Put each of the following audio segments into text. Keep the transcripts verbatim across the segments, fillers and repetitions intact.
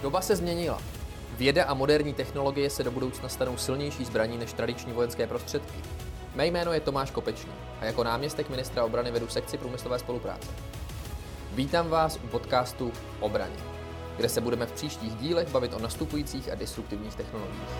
Doba se změnila. Věda a moderní technologie se do budoucna stanou silnější zbraní než tradiční vojenské prostředky. Mé jméno je Tomáš Kopečný a jako náměstek ministra obrany vedu sekci průmyslové spolupráce. Vítám vás u podcastu Obraně, kde se budeme v příštích dílech bavit o nastupujících a disruptivních technologiích.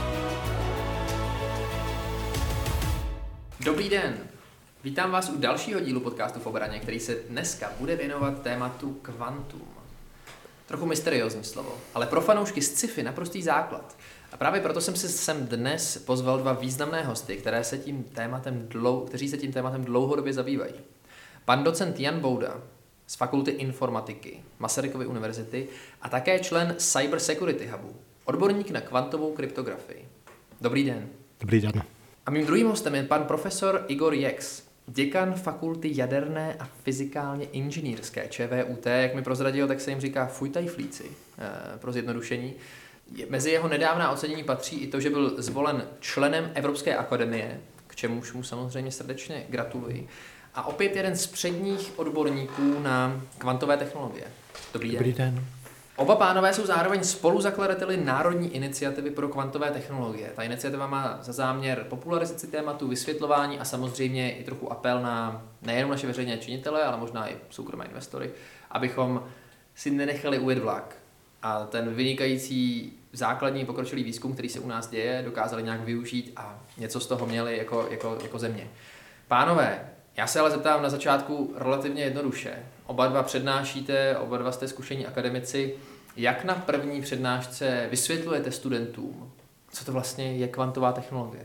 Dobrý den! Vítám vás u dalšího dílu podcastu v Obraně, který se dneska bude věnovat tématu kvantum. Trochu mysteriózní slovo, ale pro fanoušky sci-fi naprostý základ. A právě proto jsem si sem dnes pozval dva významné hosty, které se tím tématem dlou, kteří se tím tématem dlouhodobě zabývají. Pan docent Jan Bouda z Fakulty informatiky Masarykovy univerzity a také člen Cyber Security Hubu, odborník na kvantovou kryptografii. Dobrý den. Dobrý den. A mým druhým hostem je pan profesor Igor Jex, děkan Fakulty jaderné a fyzikálně inženýrské ČVUT, jak mi prozradil, tak se jim říká fujtajflíci, pro zjednodušení. Mezi jeho nedávná ocenění patří i to, že byl zvolen členem Evropské akademie, k čemuž mu samozřejmě srdečně gratuluji. A opět jeden z předních odborníků na kvantové technologie. Dobrý den. Dobrý den. Oba pánové jsou zároveň spoluzakladateli Národní iniciativy pro kvantové technologie. Ta iniciativa má za záměr popularizaci tématu, vysvětlování a samozřejmě i trochu apel na nejenom naše veřejné činitele, ale možná i soukromé investory, abychom si nenechali ujet vlak. A ten vynikající základní pokročilý výzkum, který se u nás děje, dokázali nějak využít a něco z toho měli jako, jako, jako země. Pánové, já se ale zeptám na začátku relativně jednoduše. Oba dva přednášíte, oba dva jste zkušení akademici. Jak na první přednášce vysvětlujete studentům, co to vlastně je kvantová technologie?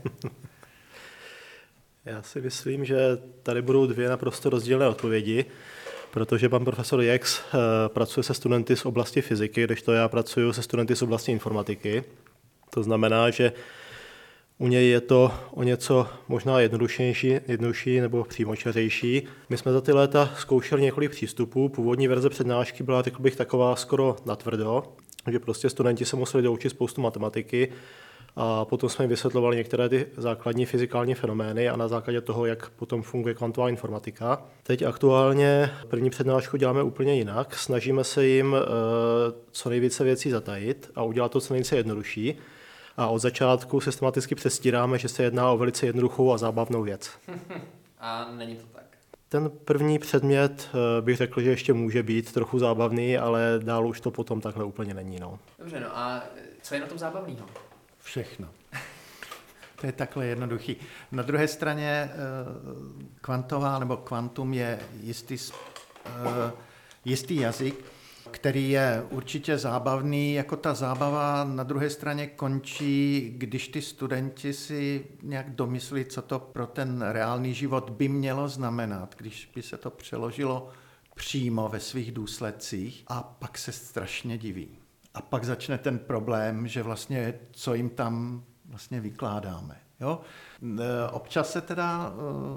Já si myslím, že tady budou dvě naprosto rozdílné odpovědi, protože pan profesor Jex pracuje se studenty z oblasti fyziky, kdežto já pracuji se studenty z oblasti informatiky. To znamená, že u něj je to o něco možná jednodušší, jednodušší nebo přímočařejší. My jsme za ty léta zkoušeli několik přístupů. Původní verze přednášky byla, řekl bych, taková skoro natvrdo, že prostě studenti se museli doučit spoustu matematiky a potom jsme jim vysvětlovali některé ty základní fyzikální fenomény a na základě toho, jak potom funguje kvantová informatika. Teď aktuálně první přednášku děláme úplně jinak. Snažíme se jim co nejvíce věcí zatajit a udělat to co nejvíce jednodušší. A od začátku systematicky přestíráme, že se jedná o velice jednoduchou a zábavnou věc. A není to tak? Ten první předmět bych řekl, že ještě může být trochu zábavný, ale dál už to potom takhle úplně není. No. Dobře, no a co je na tom zábavného? Všechno. To je takhle jednoduchý. Na druhé straně kvantová nebo kvantum je jistý, jistý jazyk, který je určitě zábavný, jako ta zábava na druhé straně končí, když ty studenti si nějak domyslí, co to pro ten reálný život by mělo znamenat, když by se to přeložilo přímo ve svých důsledcích a pak se strašně diví. A pak začne ten problém, že vlastně co jim tam vlastně vykládáme. Jo? Občas se teda,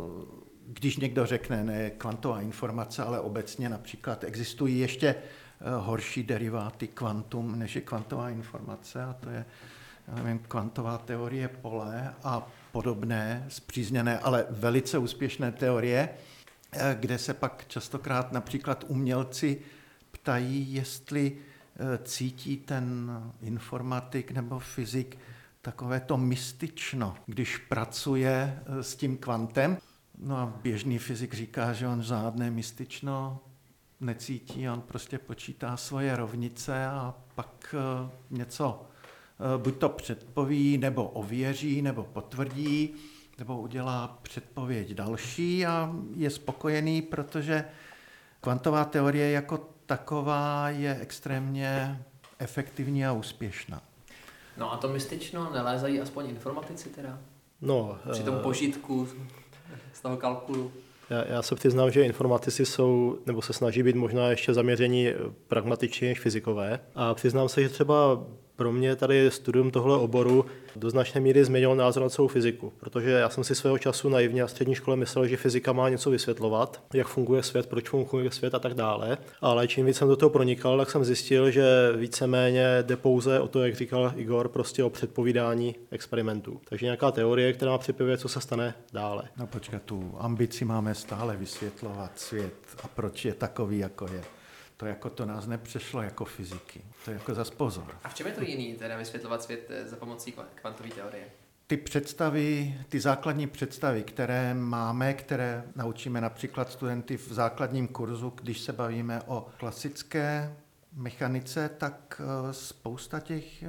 když někdo řekne, ne kvantová informace, ale obecně například existují ještě horší deriváty kvantum, než je kvantová informace, a to je, já nevím, kvantová teorie pole a podobné spřízněné, ale velice úspěšné teorie, kde se pak častokrát například umělci ptají, jestli cítí ten informatik nebo fyzik takové to mystično, když pracuje s tím kvantem. No a běžný fyzik říká, že on žádné mystično necítí, on prostě počítá svoje rovnice a pak něco buď to předpoví, nebo ověří, nebo potvrdí, nebo udělá předpověď další a je spokojený, protože kvantová teorie jako taková je extrémně efektivní a úspěšná. No a to mystično nelézají aspoň informatici teda? No, při tom požitku z toho kalkulu? Já, já se přiznám, že informatici jsou, nebo se snaží být možná ještě zaměření pragmatičtěji než fyzikové. A přiznám se, že třeba pro mě tady studium tohle oboru do značné míry změnilo názor na celou fyziku, protože já jsem si svého času naivně na střední škole myslel, že fyzika má něco vysvětlovat, jak funguje svět, proč funguje svět a tak dále. Ale čím víc jsem do toho pronikal, tak jsem zjistil, že víceméně jde pouze o to, jak říkal Igor, prostě o předpovídání experimentů. Takže nějaká teorie, která má předpovědět, co se stane dále. No počkat, tu ambici máme stále vysvětlovat svět a proč je takový, jako je. To jako to nás nepřešlo jako fyziky. To je jako zas pozor. A v čem je to jiný, teda vysvětlovat svět za pomocí kvantové teorie? Ty představy, ty základní představy, které máme, které naučíme například studenty v základním kurzu, když se bavíme o klasické mechanice, tak spousta těch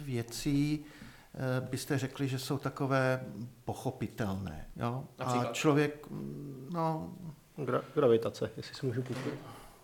věcí byste řekli, že jsou takové pochopitelné. Jo? A člověk, no... Gra- gravitace, jestli si můžu půjčit.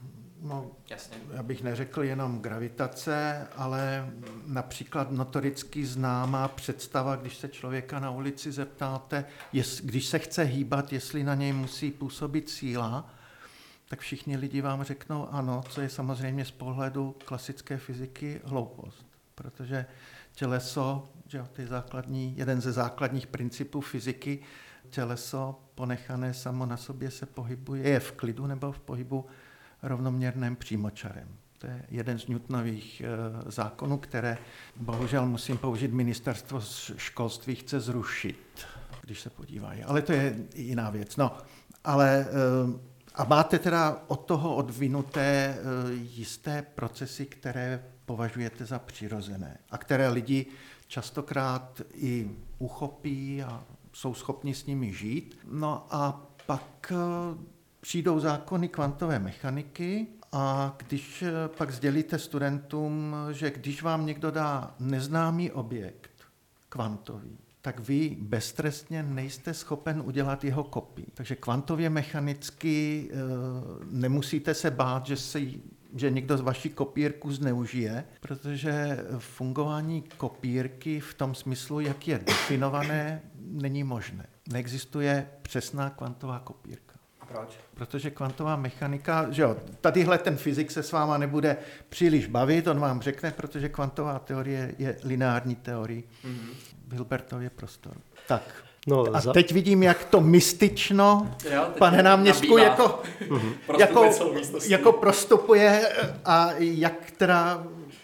No, jasně. Já bych neřekl jenom gravitace, ale například notoricky známá představa, když se člověka na ulici zeptáte, jest, když se chce hýbat, jestli na něj musí působit síla, tak všichni lidi vám řeknou ano, co je samozřejmě z pohledu klasické fyziky hloupost, protože těleso, že ty základní, jeden ze základních principů fyziky, těleso ponechané samo na sobě se pohybuje, je v klidu nebo v pohybu rovnoměrném přímočarem. To je jeden z Newtonových e, zákonů, které bohužel musím použít, ministerstvo školství chce zrušit, když se podívají. Ale to je jiná věc. No, ale, e, a máte teda od toho odvinuté e, jisté procesy, které považujete za přirozené a které lidi častokrát i uchopí a jsou schopni s nimi žít. No a pak přijdou zákony kvantové mechaniky a když pak sdělíte studentům, že když vám někdo dá neznámý objekt kvantový, tak vy beztrestně nejste schopen udělat jeho kopii. Takže kvantově mechanicky e, nemusíte se bát, že, si, že někdo z vaší kopírku zneužije, protože fungování kopírky v tom smyslu, jak je definované, není možné. Neexistuje přesná kvantová kopírka. Proč? Protože kvantová mechanika, že jo, tadyhle ten fyzik se s váma nebude příliš bavit, on vám řekne, protože kvantová teorie je lineární teorie mm-hmm. v Hilbertově prostoru. Tak. No, a za... teď vidím, jak to mystično, jo, pane náměstku, jako, mm-hmm. jako, jako prostupuje a jak teda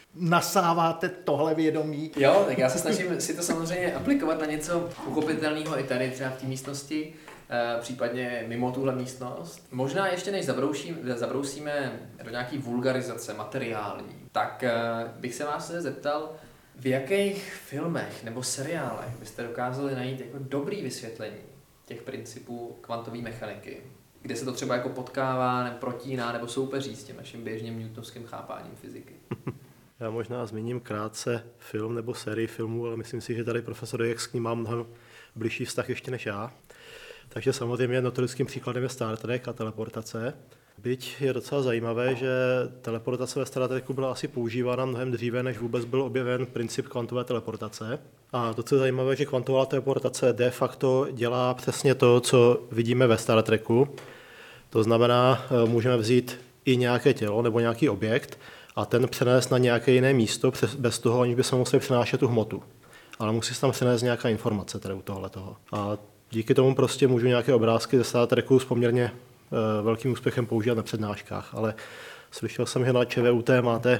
nasáváte tohle vědomí. Jo, tak já se snažím si to samozřejmě aplikovat na něco uchopitelného i tady třeba v té místnosti, případně mimo tuhle místnost. Možná ještě než zabrouším, zabrousíme do nějaký vulgarizace materiální, tak bych se vás zeptal, v jakých filmech nebo seriálech byste dokázali najít jako dobrý vysvětlení těch principů kvantové mechaniky, kde se to třeba jako potkává, nebo protíná, nebo soupeří s tím naším běžným newtonovským chápáním fyziky? Já možná zmíním krátce film nebo sérii filmů, ale myslím si, že tady profesor Jax k ním má mnohem blížší vztah ještě než já. Takže samozřejmě notorickým příkladem je Star Trek a teleportace. Byť je docela zajímavé, že teleportace ve Star Treku byla asi používána mnohem dříve, než vůbec byl objeven princip kvantové teleportace. A to, co je zajímavé, že kvantová teleportace de facto dělá přesně to, co vidíme ve Star Treku. To znamená, můžeme vzít i nějaké tělo nebo nějaký objekt a ten přenést na nějaké jiné místo bez toho, aniž bychom museli přenášet tu hmotu. Ale musí se tam přenést nějaká informace tady u tohletoho. A díky tomu prostě můžu nějaké obrázky ze Star Treku s poměrně e, velkým úspěchem používat na přednáškách, ale slyšel jsem, že na ČVUT máte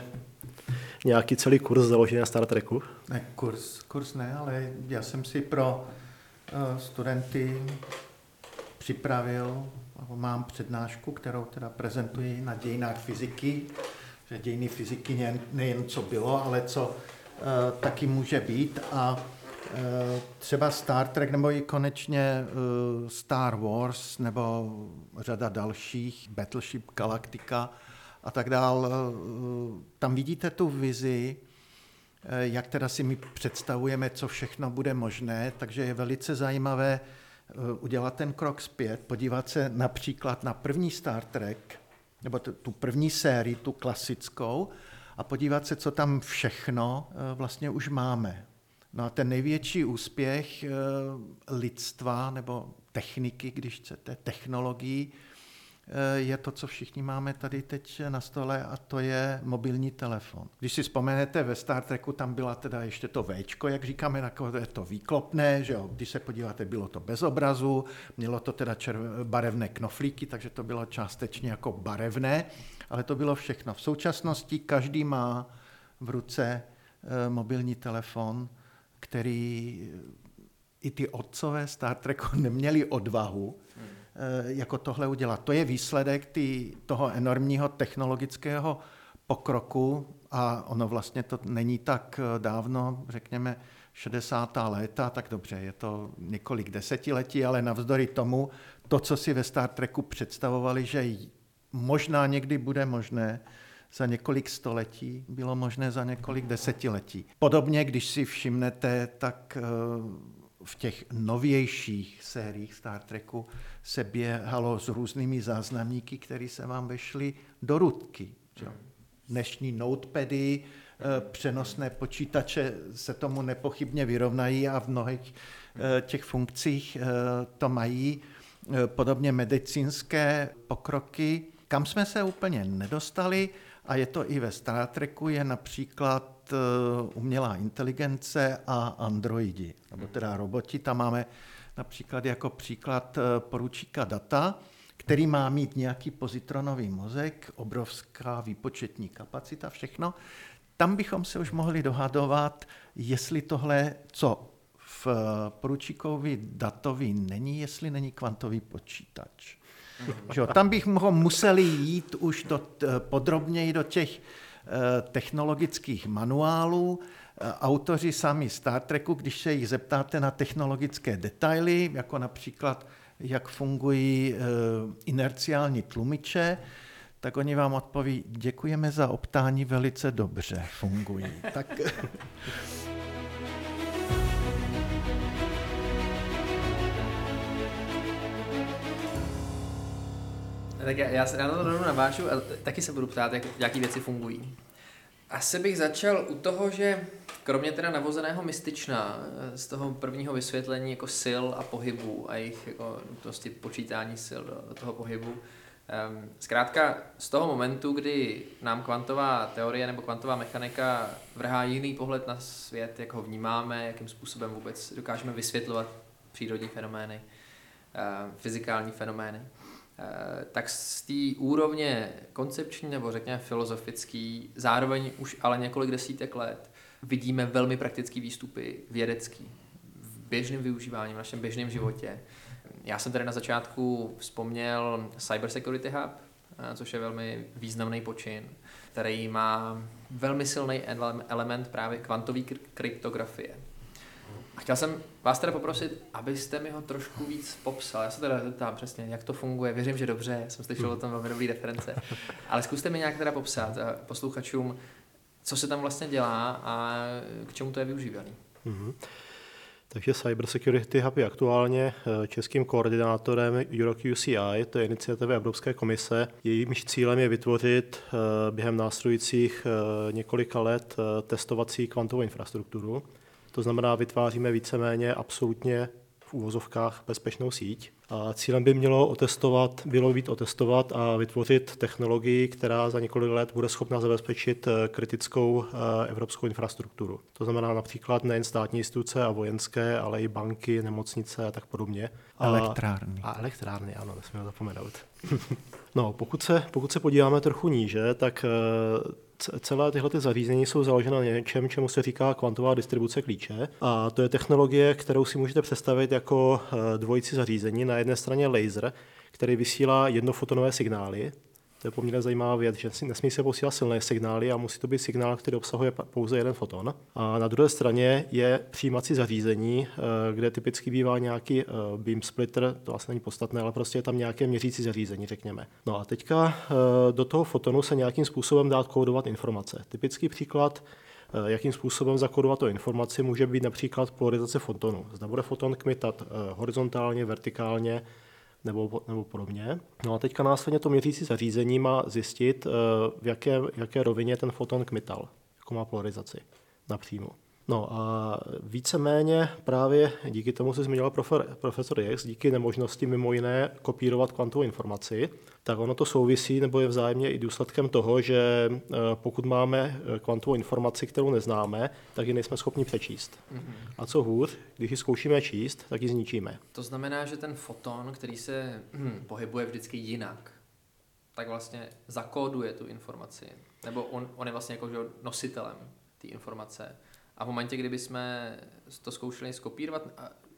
nějaký celý kurz založený na Star Treku. Ne, kurz, kurz ne, ale já jsem si pro uh, studenty připravil, mám přednášku, kterou teda prezentuji na dějinách fyziky, že dějiny fyziky nejen, nejen co bylo, ale co uh, taky může být a třeba Star Trek nebo i konečně Star Wars nebo řada dalších, Battleship Galactica a tak dál. Tam vidíte tu vizi, jak teda si my představujeme, co všechno bude možné, takže je velice zajímavé udělat ten krok zpět, podívat se například na první Star Trek, nebo tu první sérii, tu klasickou, a podívat se, co tam všechno vlastně už máme. No a ten největší úspěch lidstva nebo techniky, když chcete, technologií, je to, co všichni máme tady teď na stole, a to je mobilní telefon. Když si vzpomenete, ve Star Treku tam byla teda ještě to Včko, jak říkáme, takové to výklopné, že jo? Když se podíváte, bylo to bez obrazu, mělo to teda červ- barevné knoflíky, takže to bylo částečně jako barevné, ale to bylo všechno. V současnosti každý má v ruce e, mobilní telefon, který i ty otcové Star Treku neměli odvahu jako tohle udělat. To je výsledek tý, toho enormního technologického pokroku a ono vlastně to není tak dávno, řekněme šedesátá léta, tak dobře, je to několik desetiletí, ale navzdory tomu, to, co si ve Star Treku představovali, že možná někdy bude možné, za několik století, bylo možné za několik desetiletí. Podobně, když si všimnete, tak v těch novějších sériích Star Treku se běhalo s různými záznamníky, které se vám vešly do rutky. Dnešní notepady, přenosné počítače se tomu nepochybně vyrovnají a v mnohých těch funkcích to mají. Podobně medicínské pokroky, kam jsme se úplně nedostali, a je to i ve Star Treku, je například umělá inteligence a androidi, nebo teda roboti. Tam máme například jako příklad poručíka Data, který má mít nějaký pozitronový mozek, obrovská výpočetní kapacita, všechno. Tam bychom se už mohli dohadovat, jestli tohle, co v poručíkovi Datovi není, jestli není kvantový počítač. Že, tam bychom museli jít už do, podrobněji do těch technologických manuálů. Autoři sami Star Treku, když se jich zeptáte na technologické detaily, jako například, jak fungují inerciální tlumiče, tak oni vám odpoví, děkujeme za optání, velice dobře fungují. Tak... Tak já, já se na to rovnou navážu a taky se budu ptát, jak, jaký věci fungují. Asi bych začal u toho, že kromě teda navozeného mystična, z toho prvního vysvětlení jako sil a pohybu a jejich jako nutnosti počítání sil do, do toho pohybu, um, zkrátka z toho momentu, kdy nám kvantová teorie nebo kvantová mechanika vrhá jiný pohled na svět, jak ho vnímáme, jakým způsobem vůbec dokážeme vysvětlovat přírodní fenomény, uh, fyzikální fenomény, tak z té úrovně koncepční nebo řekněme filozofický, zároveň už ale několik desítek let vidíme velmi praktické výstupy vědecký v běžném využívání, v našem běžném životě. Já jsem tady na začátku vzpomněl Cyber Security Hub, což je velmi významný počin, který má velmi silný element právě kvantové kryptografie. A chtěl jsem vás teda poprosit, abyste mi ho trošku víc popsal. Já se teda zeptám přesně, jak to funguje. Věřím, že dobře, jsem slyšel o tom velmi dobrý reference. Ale zkuste mi nějak teda popsat posluchačům, co se tam vlastně dělá a k čemu to je využívaný. Mm-hmm. Takže Cyber Security Hub je aktuálně českým koordinátorem EuroQ C I, to je iniciativa Evropské komise. Jejímž cílem je vytvořit během následujících několika let testovací kvantovou infrastrukturu. To znamená, vytváříme víceméně absolutně v úvozovkách bezpečnou síť. A cílem by mělo otestovat, bylo být otestovat a vytvořit technologii, která za několik let bude schopna zabezpečit kritickou evropskou infrastrukturu. To znamená například nejen státní instituce a vojenské, ale i banky, nemocnice a tak podobně. Elektrárny. A, a elektrárny, ano, nesmíme zapomenout. No, pokud se, pokud se podíváme trochu níže, tak celé tyhle ty zařízení jsou založena na něčem, čemu se říká kvantová distribuce klíče. A to je technologie, kterou si můžete představit jako dvojici zařízení. Na jedné straně laser, který vysílá jednofotonové signály. To je poměrně zajímavá věc, že nesmí se posílat silné signály a musí to být signál, který obsahuje pouze jeden foton. A na druhé straně je přijímací zařízení, kde typicky bývá nějaký beam splitter, to asi není podstatné, ale prostě je tam nějaké měřící zařízení, řekněme. No a teďka do toho fotonu se nějakým způsobem dá kódovat informace. Typický příklad, jakým způsobem zakódovat tu informaci, může být například polarizace fotonu. Zda bude foton kmitat horizontálně, vertikálně, Nebo, nebo podobně. No a teďka následně to měřící zařízení má zjistit, v jaké, v jaké rovině ten foton kmital, jako má polarizaci napřímo. No a víceméně právě díky tomu se zmínil profesor X, díky nemožnosti mimo jiné kopírovat kvantovou informaci, tak ono to souvisí nebo je vzájemně i důsledkem toho, že pokud máme kvantovou informaci, kterou neznáme, tak ji nejsme schopni přečíst. Mm-hmm. A co hůř, když ji zkoušíme číst, tak ji zničíme. To znamená, že ten foton, který se hm, pohybuje vždycky jinak, tak vlastně zakóduje tu informaci. Nebo on, on je vlastně jako nositelem té informace. A v momentě, kdyby jsme to zkoušeli skopírovat,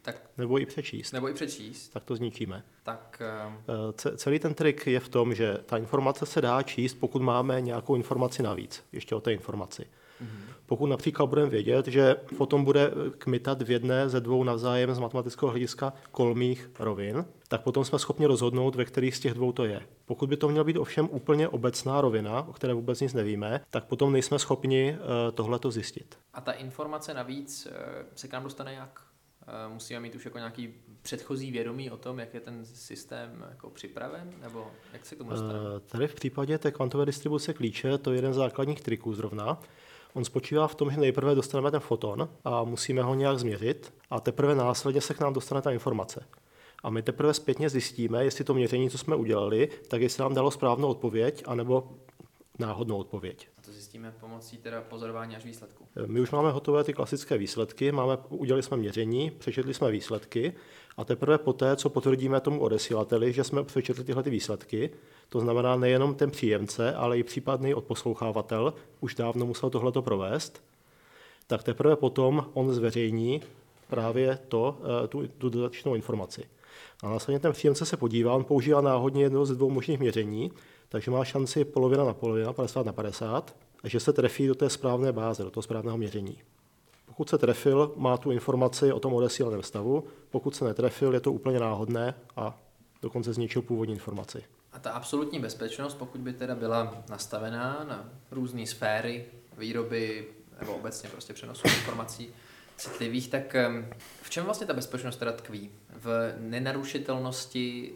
tak, nebo i přečíst, nebo i přečíst, tak to zničíme. tak... Uh... Celý ten trik je v tom, že ta informace se dá číst, pokud máme nějakou informaci navíc, ještě o té informaci. Mm-hmm. Pokud například budeme vědět, že potom bude kmitat v jedné ze dvou navzájem z matematického hlediska kolmých rovin, tak potom jsme schopni rozhodnout, ve kterých z těch dvou to je. Pokud by to měla být ovšem úplně obecná rovina, o které vůbec nic nevíme, tak potom nejsme schopni tohleto zjistit. A ta informace navíc se k nám dostane jak? Musíme mít už jako nějaký předchozí vědomí o tom, jak je ten systém jako připraven, nebo jak se k tomu dostane? Tady v případě té kvantové distribuce klíče to je jeden z základních triků zrovna. On spočívá v tom, že nejprve dostaneme ten foton a musíme ho nějak změřit a teprve následně se k nám dostane ta informace. A my teprve zpětně zjistíme, jestli to měření, co jsme udělali, tak jestli nám dalo správnou odpověď, anebo náhodnou odpověď. A to zjistíme pomocí teda pozorování až výsledku. My už máme hotové ty klasické výsledky, máme, udělali jsme měření, přečetli jsme výsledky a teprve poté, co potvrdíme tomu odesílateli, že jsme přečetli tyhle ty výsledky, to znamená nejenom ten příjemce, ale i případný odposlouchávatel už dávno musel tohleto provést, tak teprve potom on zveřejní právě to, tu, tu dodatečnou informaci. A následně ten příjemce se podívá, on používá náhodně jedno ze dvou možných měření, takže má šanci polovina na polovina, padesát na padesát, a že se trefí do té správné báze, do toho správného měření. Pokud se trefil, má tu informaci o tom odesílaném stavu, pokud se netrefil, je to úplně náhodné a dokonce zničil původní informaci. A ta absolutní bezpečnost, pokud by teda byla nastavená na různé sféry výroby nebo obecně prostě přenosu informací citlivých, tak v čem vlastně ta bezpečnost teda tkví? V nenarušitelnosti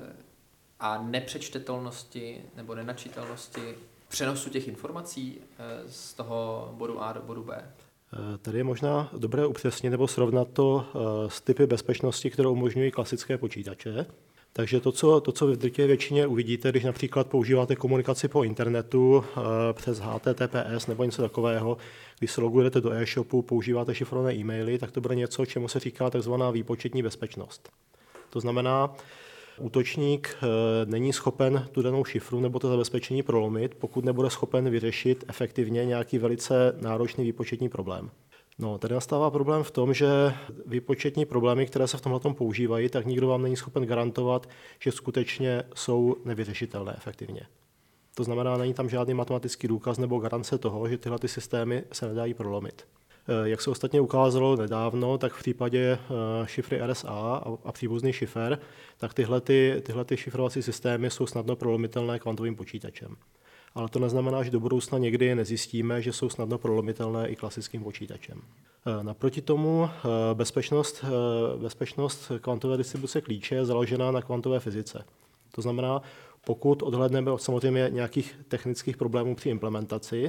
a nepřečtetelnosti nebo nenačitelnosti přenosu těch informací z toho bodu A do bodu B? Tady je možná dobré upřesnit nebo srovnat to s typy bezpečnosti, které umožňují klasické počítače. Takže to, co, to, co v drtivé většině uvidíte, když například používáte komunikaci po internetu přes H T T P S nebo něco takového, když se logujete do e-shopu, používáte šifrované e-maily, tak to bude něco, čemu se říká takzvaná výpočetní bezpečnost. To znamená, útočník není schopen tu danou šifru nebo to zabezpečení prolomit, pokud nebude schopen vyřešit efektivně nějaký velice náročný výpočetní problém. No, tady nastává problém v tom, že výpočetní problémy, které se v tomhle používají, tak nikdo vám není schopen garantovat, že skutečně jsou nevyřešitelné efektivně. To znamená, není tam žádný matematický důkaz nebo garance toho, že tyhle ty systémy se nedají prolomit. Jak se ostatně ukázalo nedávno, tak v případě šifry R S A a příbuzných šifer, tak tyhle, ty, tyhle ty šifrovací systémy jsou snadno prolomitelné kvantovým počítačem. Ale to neznamená, že do budoucna někdy nezjistíme, že jsou snadno prolomitelné i klasickým počítačem. Naproti tomu bezpečnost, bezpečnost kvantové distribuce klíče je založená na kvantové fyzice. To znamená, pokud odhlédneme od samozřejmě nějakých technických problémů při implementaci,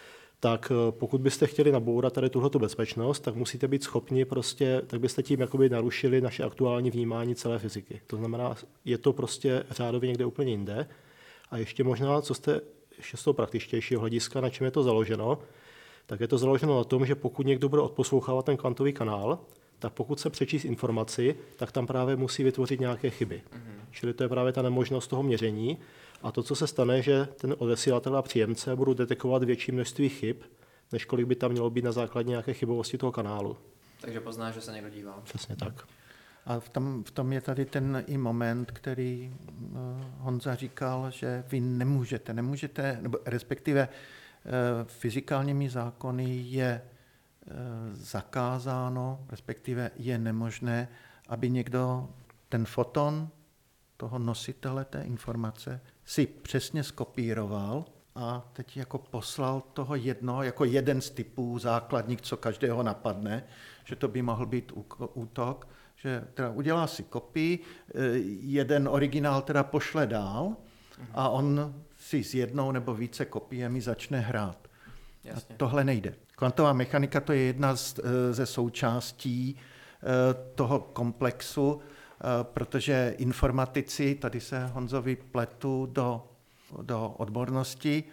tak pokud byste chtěli nabourat tady tuhletu bezpečnost, tak musíte být schopni prostě, tak byste tím jakoby narušili naše aktuální vnímání celé fyziky. To znamená, je to prostě řádově někde úplně jinde. A ještě možná, co jste ještě z toho praktičtějšího hlediska, na čem je to založeno, tak je to založeno na tom, že pokud někdo bude odposlouchávat ten kvantový kanál, tak pokud se přečíst informaci, tak tam právě musí vytvořit nějaké chyby. Mm-hmm. Čili to je právě ta nemožnost toho měření. A to, co se stane, že ten odesílatel a příjemce budou detekovat větší množství chyb, než kolik by tam mělo být na základě nějaké chybovosti toho kanálu. Takže pozná, že se někdo dívá. Přesně tak. A v tom, v tom je tady ten i moment, který uh, Honza říkal, že vy nemůžete, nemůžete, nebo respektive uh, fyzikálními zákony je uh, zakázáno, respektive je nemožné, aby někdo ten foton toho nositele té informace si přesně skopíroval a teď jako poslal toho jednoho, jako jeden z typů základních, co každého napadne, že to by mohl být útok, že teda udělá si kopii, jeden originál teda pošle dál a on si s jednou nebo více kopiemi začne hrát. Jasně. A tohle nejde. Kvantová mechanika to je jedna z, ze součástí toho komplexu, protože informatici, tady se Honzovi pletu do, do odbornosti,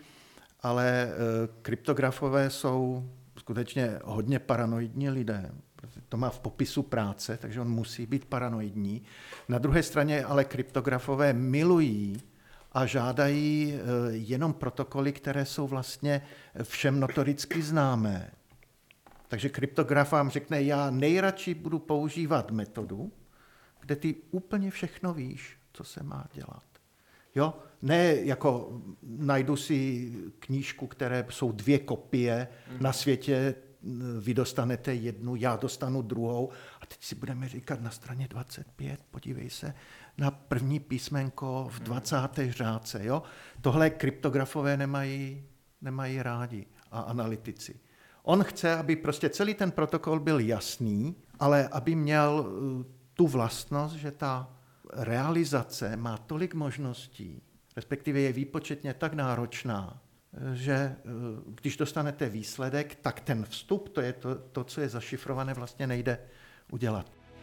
ale kryptografové jsou skutečně hodně paranoidní lidé. To má v popisu práce, takže on musí být paranoidní. Na druhé straně ale kryptografové milují a žádají jenom protokoly, které jsou vlastně všem notoricky známé. Takže kryptograf vám řekne, já nejradši budu používat metodu, kde ty úplně všechno víš, co se má dělat. Jo? Ne jako najdu si knížku, které jsou dvě kopie mm. na světě, vy dostanete jednu, já dostanu druhou a teď si budeme říkat na straně dvacet pět, podívej se na první písmenko v dvacáté řádce. Jo? Tohle kryptografové nemají, nemají rádi a analytici. On chce, aby prostě celý ten protokol byl jasný, ale aby měl tu vlastnost, že ta realizace má tolik možností, respektive je výpočetně tak náročná, že když dostanete výsledek, tak ten vstup, to je to, to co je zašifrované, vlastně nejde udělat.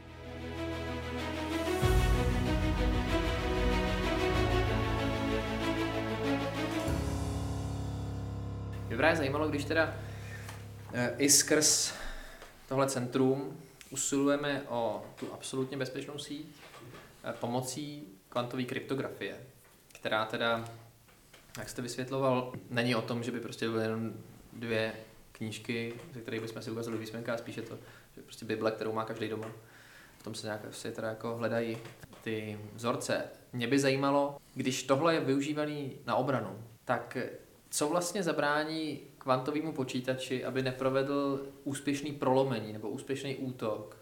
Mě právě zajímalo, když teda i skrz tohle centrum usilujeme o tu absolutně bezpečnou síť pomocí kvantové kryptografie, která teda, jak jste vysvětloval, není o tom, že by prostě byly jenom dvě knížky, ze kterých bychom si ukázali výsmenka, a spíše to, že prostě Bible, kterou má každý doma. V tom se nějak se teda jako hledají ty vzorce. Mě by zajímalo, když tohle je využívaný na obranu, tak co vlastně zabrání kvantovému počítači, aby neprovedl úspěšný prolomení nebo úspěšný útok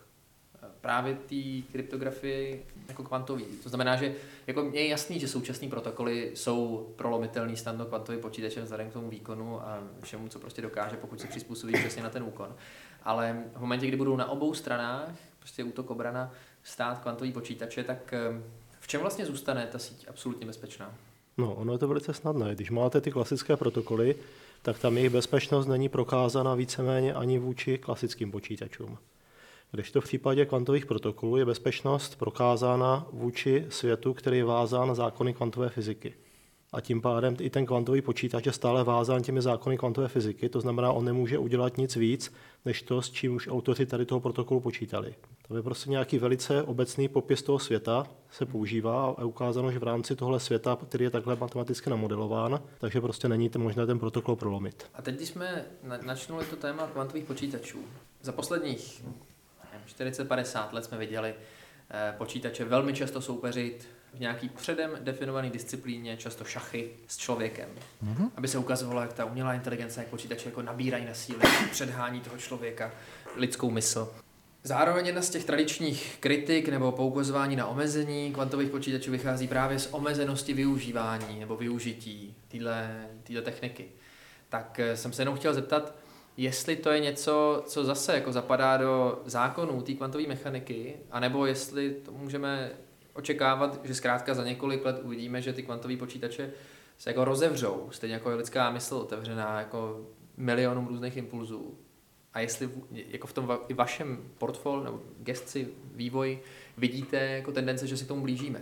právě té kryptografii jako kvantový. To znamená, že jako je jasný, že současné protokoly jsou prolomitelný snadno kvantovým počítačem vzhledem k tomu výkonu a všemu, co prostě dokáže, pokud se přizpůsobí přesně na ten úkon. Ale v momentě, kdy budou na obou stranách, prostě útok, obrana, stát kvantový počítače, tak v čem vlastně zůstane ta síť absolutně bezpečná? No, ono je to velice snadné. Když máte ty klasické protokoly, tak tam jejich bezpečnost není prokázána víceméně ani vůči klasickým počítačům. Když to v případě kvantových protokolů je bezpečnost prokázána vůči světu, který je vázán na zákony kvantové fyziky. A tím pádem i ten kvantový počítač je stále vázán těmi zákony kvantové fyziky, to znamená, on nemůže udělat nic víc, než to, s čím už autoři tady toho protokolu počítali. To je prostě nějaký velice obecný popis toho světa, se používá a je ukázáno, že v rámci tohle světa, který je takhle matematicky namodelován, takže prostě není to možné ten protokol prolomit. A teď, když jsme načnuli to téma kvantových počítačů, za posledních čtyřicet padesát let jsme viděli počítače velmi často soupeřit v nějaký předem definovaný disciplíně, často šachy, s člověkem. Mm-hmm. Aby se ukazovalo, jak ta umělá inteligence, jak počítače jako nabírají na síle, předhání toho člověka, lidskou mysl. Zároveň jedna z těch tradičních kritik nebo poukazování na omezení kvantových počítačů vychází právě z omezenosti využívání nebo využití této techniky. Tak jsem se jenom chtěl zeptat, jestli to je něco, co zase jako zapadá do zákonů té kvantové mechaniky, anebo jestli to můžeme očekávat, že zkrátka za několik let uvidíme, že ty kvantové počítače se jako rozevřou, stejně jako je lidská mysl otevřená jako milionům různých impulzů. A jestli jako v tom va- i vašem portfoliu nebo gesci, vývoji vidíte jako tendence, že si k tomu blížíme.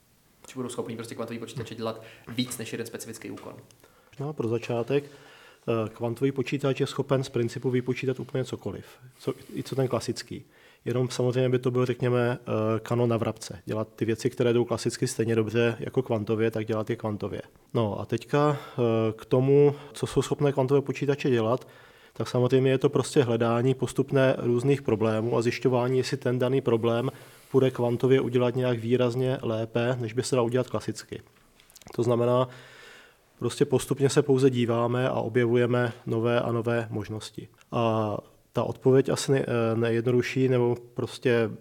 Že budou schopní prostě kvantový počítače dělat víc než jeden specifický úkon. No, pro začátek, kvantový počítač je schopen z principu vypočítat úplně cokoliv, co, i co ten klasický. Jenom samozřejmě by to byl, řekněme, kanon na vrabce. Dělat ty věci, které jdou klasicky stejně dobře jako kvantově, tak dělat je kvantově. No a teďka k tomu, co jsou schopné kvantové počítače dělat, tak samozřejmě je to prostě hledání postupné různých problémů a zjišťování, jestli ten daný problém bude kvantově udělat nějak výrazně lépe, než by se dal udělat klasicky. To znamená, prostě postupně se pouze díváme a objevujeme nové a nové možnosti. A ta odpověď asi nejjednodušší, nebo prostě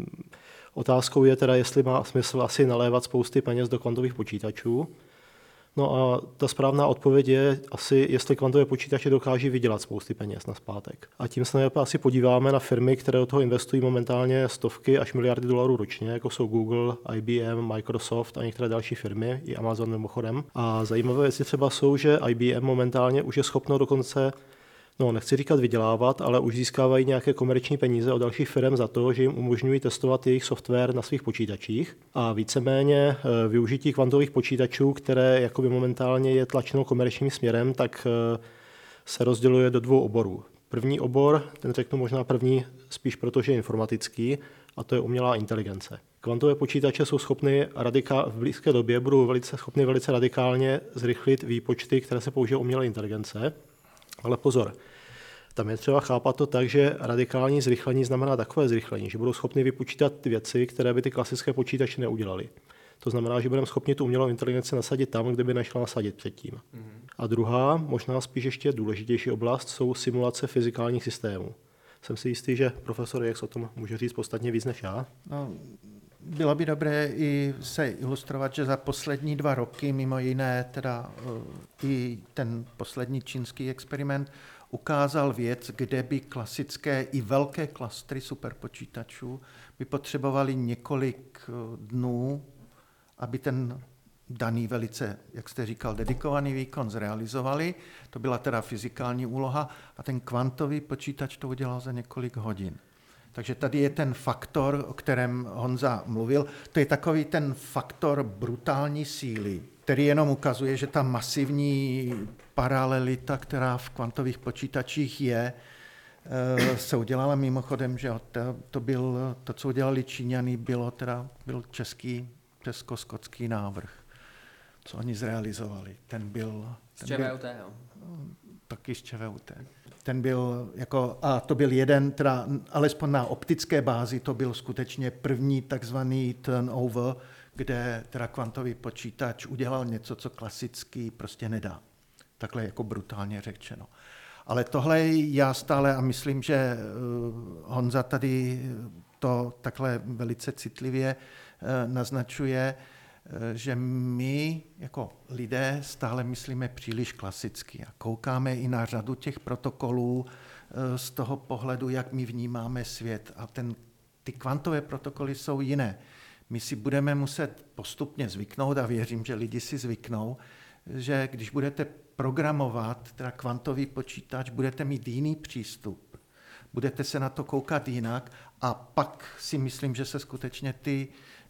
otázkou je teda, jestli má smysl asi nalévat spousty peněz do kvantových počítačů. No a ta správná odpověď je asi, jestli kvantové počítače dokáží vydělat spousty peněz nazpátek. A tím se nejlépe asi podíváme na firmy, které do toho investují momentálně stovky až miliardy dolarů ročně, jako jsou Google, I B M, Microsoft a některé další firmy, i Amazon mimochodem. A zajímavé věci třeba jsou, že I B M momentálně už je schopno dokonce, no nechci říkat vydělávat, ale už získávají nějaké komerční peníze od dalších firm za to, že jim umožňují testovat jejich software na svých počítačích. A víceméně využití kvantových počítačů, které jakoby momentálně je tlačeno komerčním směrem, tak se rozděluje do dvou oborů. První obor, ten řeknu možná první spíš protože je informatický, a to je umělá inteligence. Kvantové počítače jsou schopny radikál, v blízké době budou velice schopny velice radikálně zrychlit výpočty, které se používají umělé inteligence. Ale pozor, Tam je třeba chápat to tak, že radikální zrychlení znamená takové zrychlení, že budou schopni vypočítat ty věci, které by ty klasické počítače neudělaly. To znamená, že budeme schopni tu umělou inteligenci nasadit tam, kde by nešla nasadit předtím. Mm-hmm. A druhá, možná spíš ještě důležitější oblast, jsou simulace fyzikálních systémů. Jsem si jistý, že profesor Jex o tom může říct podstatně víc než já. No, bylo by dobré i se ilustrovat, že za poslední dva roky, mimo jiné teda i ten poslední čínský experiment, ukázal věc, kde by klasické i velké klastry superpočítačů by potřebovaly několik dnů, aby ten daný velice, jak jste říkal, dedikovaný výkon zrealizovali. To byla teda fyzikální úloha a ten kvantový počítač to udělal za několik hodin. Takže tady je ten faktor, o kterém Honza mluvil. To je takový ten faktor brutální síly, který jenom ukazuje, že ta masivní paralelita, která v kvantových počítačích je, se udělala mimochodem, že to, to, byl, to co udělali Číňané, bylo teda, byl český, česko-skotský návrh, co oni zrealizovali. Ten byl... Ten z ČVUT, byl, jo? Taky z ČVUT. Ten byl jako, a to byl jeden, teda alespoň na optické bázi, to byl skutečně první takzvaný turnover, kde teda kvantový počítač udělal něco, co klasický prostě nedá. Takhle jako brutálně řečeno. Ale tohle já stále, a myslím, že Honza tady to takhle velice citlivě naznačuje, že my jako lidé stále myslíme příliš klasicky a koukáme i na řadu těch protokolů z toho pohledu, jak my vnímáme svět. A ten, ty kvantové protokoly jsou jiné. My si budeme muset postupně zvyknout, a věřím, že lidi si zvyknou, že když budete programovat teda kvantový počítač, budete mít jiný přístup. Budete se na to koukat jinak a pak si myslím, že se skutečně ty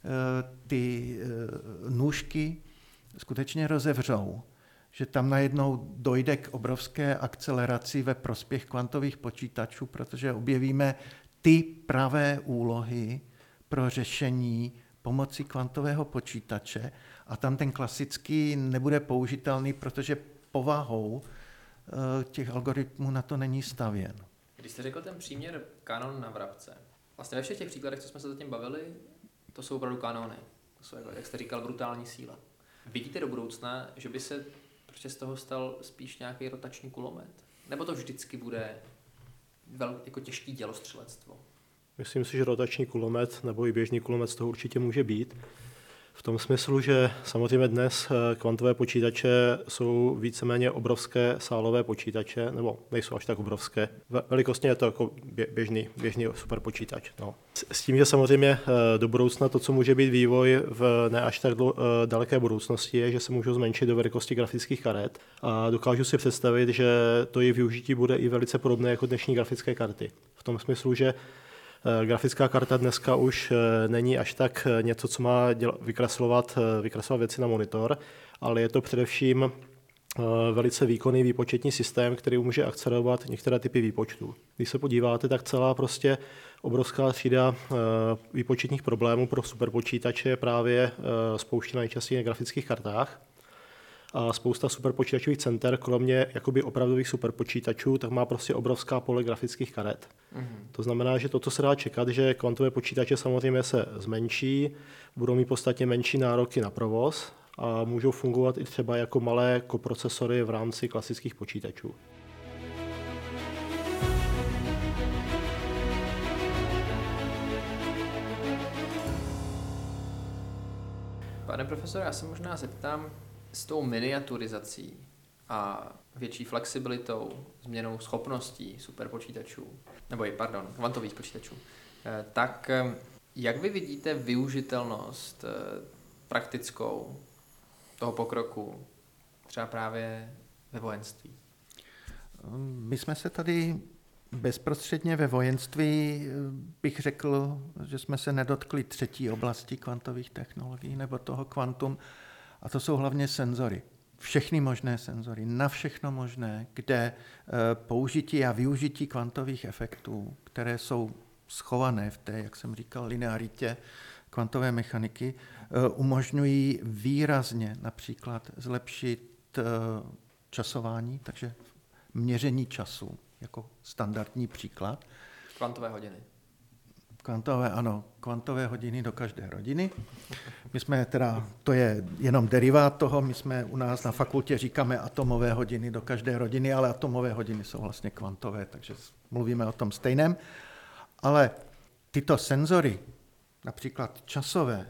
ty nůžky skutečně rozevřou, že tam najednou dojde k obrovské akceleraci ve prospěch kvantových počítačů, protože objevíme ty pravé úlohy pro řešení pomocí kvantového počítače a tam ten klasický nebude použitelný, protože povahou těch algoritmů na to není stavěn. Když jste řekl ten příměr kanon na vrabce, vlastně ve všech těch příkladech, co jsme se zatím bavili, to jsou opravdu kanony. To jsou, jak jste říkal, brutální síla. Vidíte do budoucna, že by se prostě z toho stal spíš nějaký rotační kulomet? Nebo to vždycky bude vel, jako těžký dělostřelectvo? Myslím si, že rotační kulomet nebo i běžný kulomet z toho určitě může být. V tom smyslu, že samozřejmě dnes kvantové počítače jsou víceméně obrovské sálové počítače, nebo nejsou až tak obrovské. Velikostně je to jako běžný, běžný superpočítač. No. S tím, že samozřejmě do budoucna to, co může být vývoj v ne až tak daleké budoucnosti, je, že se můžou zmenšit do velikosti grafických karet. A dokážu si představit, že to jejich využití bude i velice podobné jako dnešní grafické karty. V tom smyslu, že grafická karta dneska už není až tak něco, co má děla, vykreslovat, vykreslovat věci na monitor, ale je to především velice výkonný výpočetní systém, který může akcelerovat některé typy výpočtů. Když se podíváte, tak celá prostě obrovská třída výpočetních problémů pro superpočítače je právě spouštěna nejčastěji na grafických kartách. A spousta superpočítačových center, kromě jakoby opravdových superpočítačů, tak má prostě obrovská pole grafických karet. Mm-hmm. To znamená, že to, co se dá čekat, že kvantové počítače samozřejmě se zmenší, budou mít podstatně menší nároky na provoz a můžou fungovat i třeba jako malé koprocesory v rámci klasických počítačů. Pane profesore, já se možná zeptám, s tou miniaturizací a větší flexibilitou, změnou schopností superpočítačů, nebo pardon, kvantových počítačů, tak jak vy vidíte využitelnost praktickou toho pokroku třeba právě ve vojenství? My jsme se tady bezprostředně ve vojenství, bych řekl, že jsme se nedotkli třetí oblasti kvantových technologií nebo toho kvantum, a to jsou hlavně senzory. Všechny možné senzory, na všechno možné, kde použití a využití kvantových efektů, které jsou schované v té, jak jsem říkal, linearitě kvantové mechaniky, umožňují výrazně například zlepšit časování, takže měření času. jako standardní příklad. Kvantové hodiny. Kvantové, ano, kvantové hodiny do každé rodiny. My jsme teda, to je jenom derivát toho, my jsme u nás na fakultě říkáme atomové hodiny do každé rodiny, ale atomové hodiny jsou vlastně kvantové, takže mluvíme o tom stejném. Ale tyto senzory, například časové,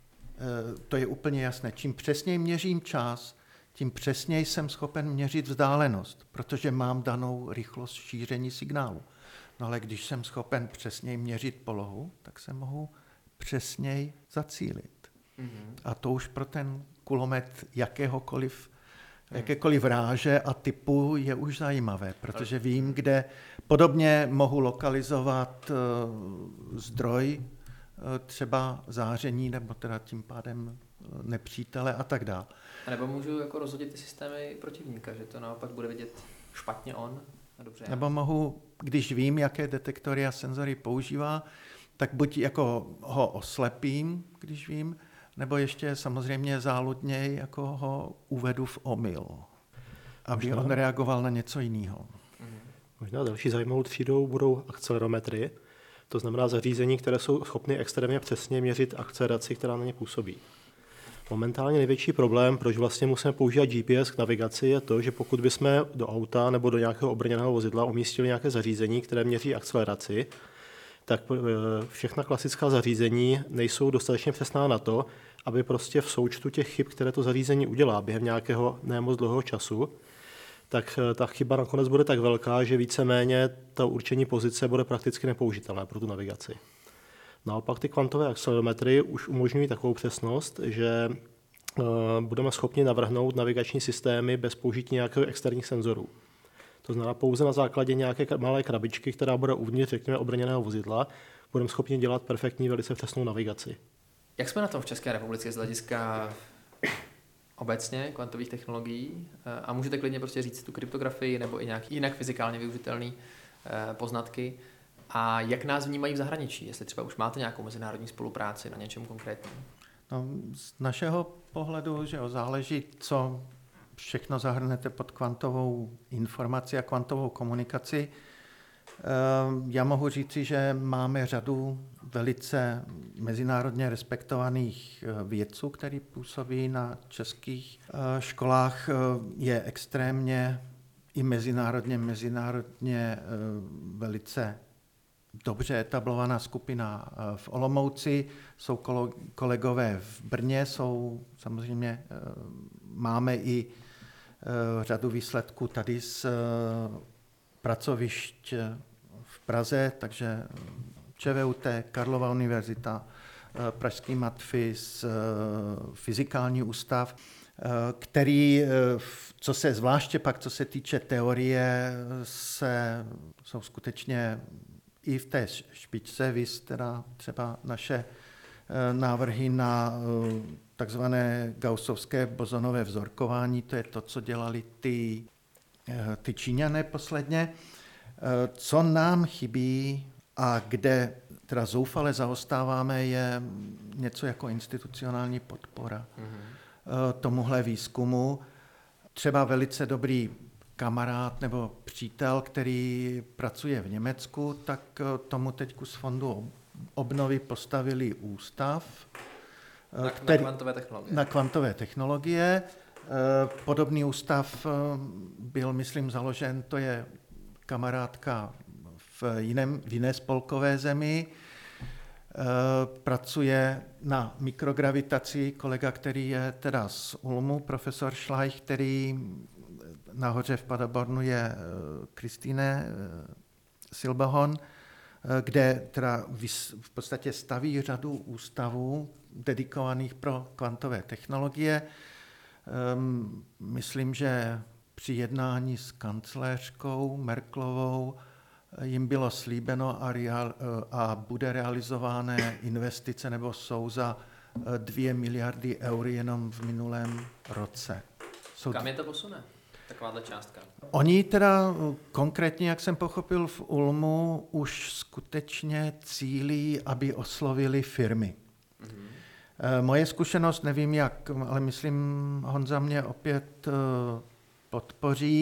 to je úplně jasné. Čím přesněji měřím čas, tím přesněji jsem schopen měřit vzdálenost, protože mám danou rychlost šíření signálu. No ale když jsem schopen přesněji měřit polohu, tak se mohu přesněji zacílit. Mm-hmm. A to už pro ten kulomet jakéhokoliv, mm. jakékoliv ráže a typu je už zajímavé, protože vím, kde podobně mohu lokalizovat uh, zdroj, uh, třeba záření, nebo teda tím pádem uh, nepřítele a tak dále. A nebo můžu jako rozhodit ty systémy protivníka, že to naopak bude vidět špatně on? Dobře. Nebo mohu, když vím, jaké detektory a senzory používá, tak buď jako ho oslepím, když vím, nebo ještě samozřejmě záludněji jako ho uvedu v omyl, aby Možná. on reagoval na něco jiného. Možná další zajímavou třídou budou akcelerometry, to znamená zařízení, které jsou schopny extrémně přesně měřit akceleraci, která na ně působí. Momentálně největší problém, proč vlastně musíme používat G P S k navigaci, je to, že pokud bychom do auta nebo do nějakého obrněného vozidla umístili nějaké zařízení, které měří akceleraci, tak všechna klasická zařízení nejsou dostatečně přesná na to, aby prostě v součtu těch chyb, které to zařízení udělá během nějakého nemoc dlouhého času, tak ta chyba nakonec bude tak velká, že víceméně to určení pozice bude prakticky nepoužitelné pro tu navigaci. Naopak ty kvantové akcelerometry už umožňují takovou přesnost, že budeme schopni navrhnout navigační systémy bez použití nějakých externích senzorů. To znamená pouze na základě nějaké malé krabičky, která bude uvnitř, řekněme, obrněného vozidla, budeme schopni dělat perfektní, velice přesnou navigaci. Jak jsme na tom v České republice z hlediska obecně kvantových technologií? A můžete klidně prostě říct tu kryptografii nebo i nějaký jinak fyzikálně využitelné poznatky. A jak nás vnímají v zahraničí? Jestli třeba už máte nějakou mezinárodní spolupráci na něčem konkrétním? No, z našeho pohledu, že záleží, co všechno zahrnete pod kvantovou informaci a kvantovou komunikaci. Já mohu říci, že máme řadu velice mezinárodně respektovaných vědců, kteří působí na českých školách. Je extrémně i mezinárodně, mezinárodně velice dobře etablovaná skupina v Olomouci, jsou kolegové v Brně, jsou samozřejmě, máme i řadu výsledků tady z pracovišť v Praze, takže ČVUT, Karlova univerzita, Pražský matfis, Fyzikální ústav, který, co se zvláště pak, co se týče teorie, se, jsou skutečně i v té špičce, viz teda třeba naše návrhy na takzvané gaussovské bozonové vzorkování, to je to, co dělali ty, ty Číňané posledně. Co nám chybí a kde teda zoufale zaostáváme, je něco jako institucionální podpora mm-hmm. tomuhle výzkumu. Třeba velice dobrý kamarád nebo přítel, který pracuje v Německu, tak tomu teďku z fondu obnovy postavili ústav. Na, který, na kvantové technologie. Na kvantové technologie. Podobný ústav byl, myslím, založen, to je kamarádka v, jiném, v jiné spolkové zemi. Pracuje na mikrogravitaci kolega, který je teda z Ulmu, profesor Schleich, který nahoře v Paderbornu je Kristine Silberhorn, kde teda v podstatě staví řadu ústavů dedikovaných pro kvantové technologie. Myslím, že při jednání s kancléřkou Merkelovou jim bylo slíbeno a, real, a bude realizované investice nebo jsou za dvě miliardy eur jenom v minulém roce. Jsou Kam je to posune? Takováhle částka. Oni teda konkrétně, jak jsem pochopil, v Ulmu už skutečně cílí, aby oslovili firmy. Mm-hmm. Moje zkušenost, nevím jak, ale myslím, Honza mě opět podpoří.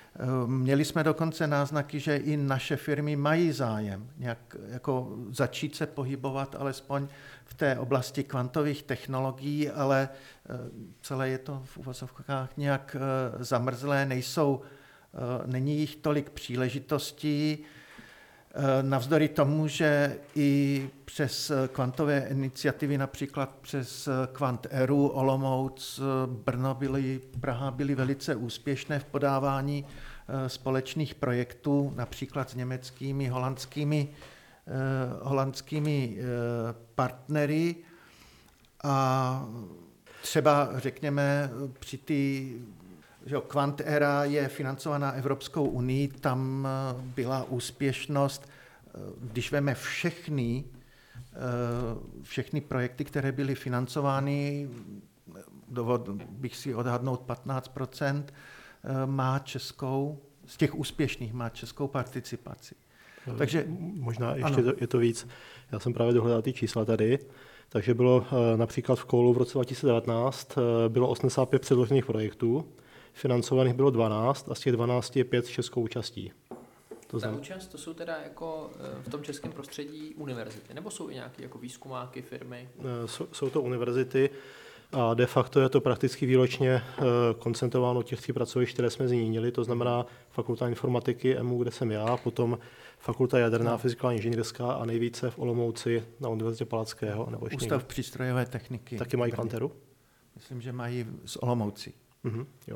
Měli jsme dokonce náznaky, že i naše firmy mají zájem nějak jako začít se pohybovat alespoň v té oblasti kvantových technologií, ale celé je to v uvozovkách nějak zamrzlé, nejsou, není jich tolik příležitostí. Navzdory tomu, že i přes kvantové iniciativy, například přes Kvant.eru, Olomouc, Brno byly, Praha byly velice úspěšné v podávání společných projektů, například s německými, holandskými, holandskými partnery. A třeba, řekněme, při ty Kvant.era je financovaná Evropskou unii, tam byla úspěšnost, když veme všechny, všechny projekty, které byly financovány, dovod bych si odhadnout patnáct procent, má českou, z těch úspěšných má českou participaci. Takže možná ještě to, je to víc. Já jsem právě dohledal ty čísla tady. Takže bylo například v Koulu v roce dva tisíce devatenáct bylo osmdesát pět předložených projektů, financovaných bylo dvanáct a z těch dvanácti je pět s českou účastí. To znamená... Ta účast, to jsou teda jako v tom českém prostředí univerzity, nebo jsou i nějaké jako výzkumáky, firmy? Jsou, jsou to univerzity a de facto je to prakticky výročně koncentrováno těch tří pracovišť, které jsme zmínili, to znamená Fakulta informatiky E M U, kde jsem já, potom Fakulta jaderná, no. fyzikální inženýrská a nejvíce v Olomouci na Univerzitě Palackého. Nebo Ústav někde. přístrojové techniky. Taky mají Kvant.eru? Myslím, že mají z Olomouci. Mhm, jo.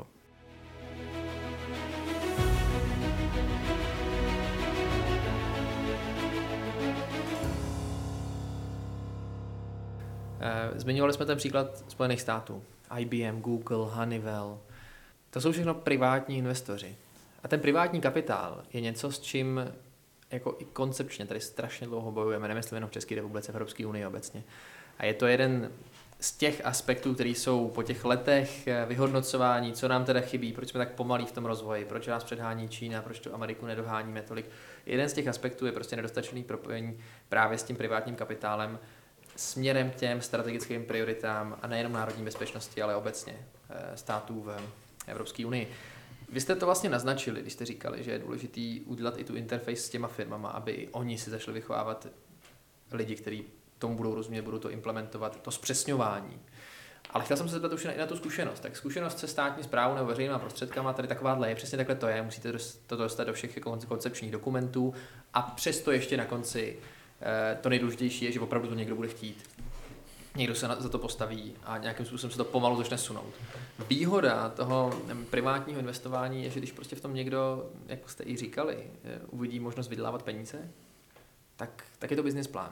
Zmiňovali jsme ten příklad Spojených států. I B M, Google, Honeywell. To jsou všechno privátní investoři. A ten privátní kapitál je něco, s čím jako i koncepčně tady strašně dlouho bojujeme, nemyslím jenom v České republice, v Evropské unii obecně. A je to jeden z těch aspektů, které jsou po těch letech vyhodnocování, co nám teda chybí, proč jsme tak pomalí v tom rozvoji, proč nás předhání Čína, proč tu Ameriku nedoháníme tolik. Jeden z těch aspektů je prostě nedostatečný propojení právě s tím privátním kapitálem směrem k těm strategickým prioritám a nejenom národní bezpečnosti, ale obecně států v Evropské unii. Vy jste to vlastně naznačili, když jste říkali, že je důležitý udělat i tu interface s těma firmama, aby i oni si začali vychovávat lidi, kteří tomu budou rozumět, budou to implementovat, to zpřesňování. Ale chtěl jsem se zeptat už i na tu zkušenost. Tak zkušenost se státní správou nebo veřejnými prostředkama, tady takováhle je, přesně takhle to je, musíte to dostat do všech koncepčních dokumentů a přesto ještě na konci to nejdůležitější je, že opravdu to někdo bude chtít. Někdo se za to postaví a nějakým způsobem se to pomalu začne sunout. Výhoda toho privátního investování je, že když prostě v tom někdo, jak jste i říkali, uvidí možnost vydělávat peníze, tak, tak je to business plán.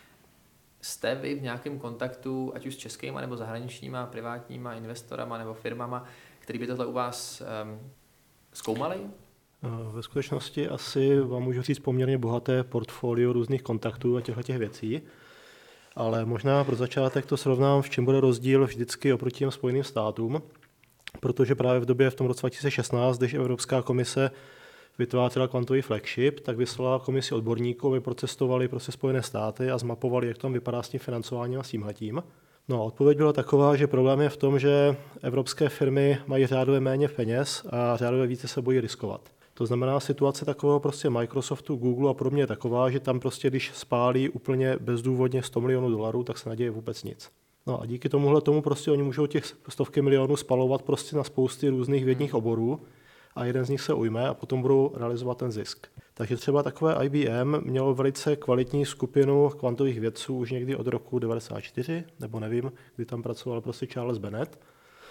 Jste vy v nějakém kontaktu, ať už s českýma nebo zahraničníma, privátníma investorama nebo firmama, který by tohle u vás um, zkoumali? Ve skutečnosti asi vám můžu říct poměrně bohaté portfolio různých kontaktů a těchto těch věcí, ale možná pro začátek to srovnám, v čem bude rozdíl vždycky oproti těm Spojeným státům, protože právě v době v tom roce dva tisíce šestnáct, když Evropská komise vytvářela kvantový flagship, tak vyslala komisi odborníků, aby procestovali prostě Spojené státy a zmapovali, jak tam vypadá s tím financováním a s tímhletím. No a odpověď byla taková, že problém je v tom, že evropské firmy mají řádově méně peněz a řádově více se bojí riskovat. To znamená, situace takového prostě Microsoftu, Google a podobně je taková, že tam prostě, když spálí úplně bezdůvodně sto milionů dolarů, tak se neděje vůbec nic. No a díky tomuhle tomu prostě oni můžou těch stovky milionů spalovat prostě na spousty různých vědních oborů a jeden z nich se ujme a potom budou realizovat ten zisk. Takže třeba takové I B M mělo velice kvalitní skupinu kvantových vědců už někdy od roku devadesát čtyři, nebo nevím, kdy tam pracoval prostě Charles Bennett.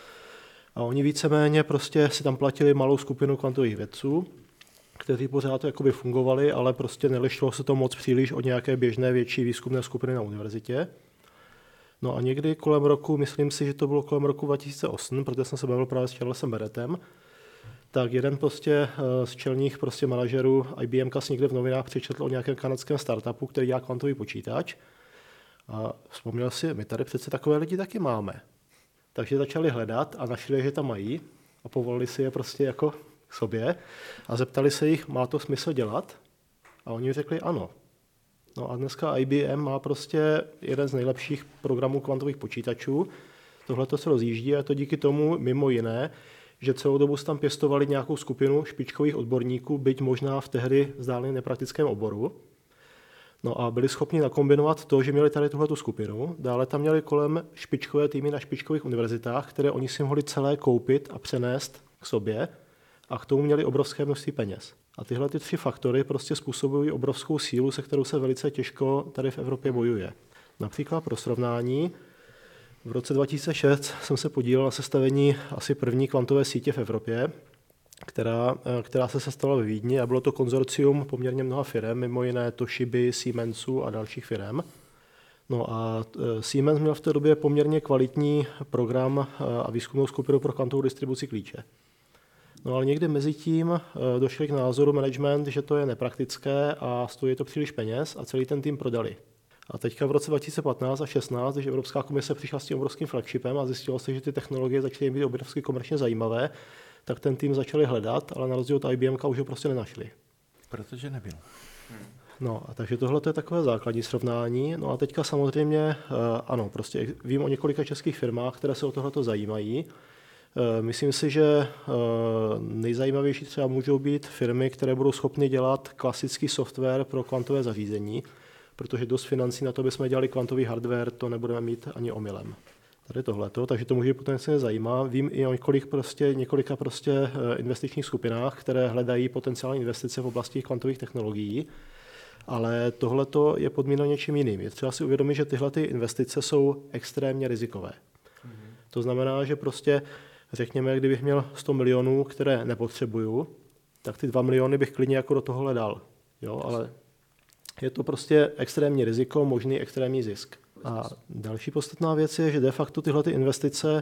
A oni víceméně prostě si tam platili malou skupinu kvantových vědců, kteří pořád jakoby fungovali, ale prostě nelišilo se to moc příliš od nějaké běžné větší výzkumné skupiny na univerzitě. No a někdy kolem roku, myslím si, že to bylo kolem roku dva tisíce osm, protože jsem se bavil právě s Charlesem Bennettem, tak jeden prostě z čelních prostě manažerů I B M si někde v novinách přečetl o nějakém kanadském startupu, který dělá kvantový počítač. A vzpomněl si, my tady přece takové lidi taky máme. Takže začali hledat a našli, že tam mají a povolili si je prostě jako k sobě a zeptali se jich, má to smysl dělat? A oni řekli ano. No a dneska I B M má prostě jeden z nejlepších programů kvantových počítačů. Tohle to se rozjíždí a to díky tomu mimo jiné, že celou dobu tam pěstovali nějakou skupinu špičkových odborníků, byť možná v tehdy zdálně nepraktickém oboru. No a byli schopni nakombinovat to, že měli tady tuhletu skupinu. Dále tam měli kolem špičkové týmy na špičkových univerzitách, které oni si mohli celé koupit a přenést k sobě a k tomu měli obrovské množství peněz. A tyhle ty tři faktory prostě způsobují obrovskou sílu, se kterou se velice těžko tady v Evropě bojuje. Například pro srovnání, v roce dva tisíce šest jsem se podílel na sestavení asi první kvantové sítě v Evropě, která, která se sestavila ve Vídni a bylo to konzorcium poměrně mnoha firem, mimo jiné Toshiby, Siemensu a dalších firem. No a Siemens měl v té době poměrně kvalitní program a výzkumnou skupinu pro kvantovou distribuci klíče. No ale někdy mezi tím došli k názoru management, že to je nepraktické a stojí to příliš peněz a celý ten tým prodali. A teďka v roce dva tisíce patnáct a šestnáct, když Evropská komise přišla s tím obrovským flagshipem a zjistilo se, že ty technologie začaly být obrovsky komerčně zajímavé, tak ten tým začali hledat, ale na rozdíl od I B M už ho prostě nenašli. Protože nebyl. No, a takže tohle je takové základní srovnání. No a teďka samozřejmě, ano, prostě vím o několika českých firmách, které se o tohleto zajímají. Myslím si, že nejzajímavější třeba můžou být firmy, které budou schopny dělat klasický software pro kvantové zařízení, protože dost financí na to, aby jsme dělali kvantový hardware, to nebudeme mít ani omylem. Tady tohleto, takže to může potenciálně zajímá. Vím i o několik prostě, několika prostě investičních skupinách, které hledají potenciální investice v oblasti kvantových technologií, ale tohleto je podmíněno něčím jiným. Je třeba si uvědomit, že tyhle ty investice jsou extrémně rizikové. Mm-hmm. To znamená, že prostě řekněme, kdybych měl sto milionů, které nepotřebuju, tak ty dva miliony bych klidně jako do tohohle dal. Jo, ale je to prostě extrémní riziko, možný extrémní zisk. A další podstatná věc je, že de facto tyhle ty investice,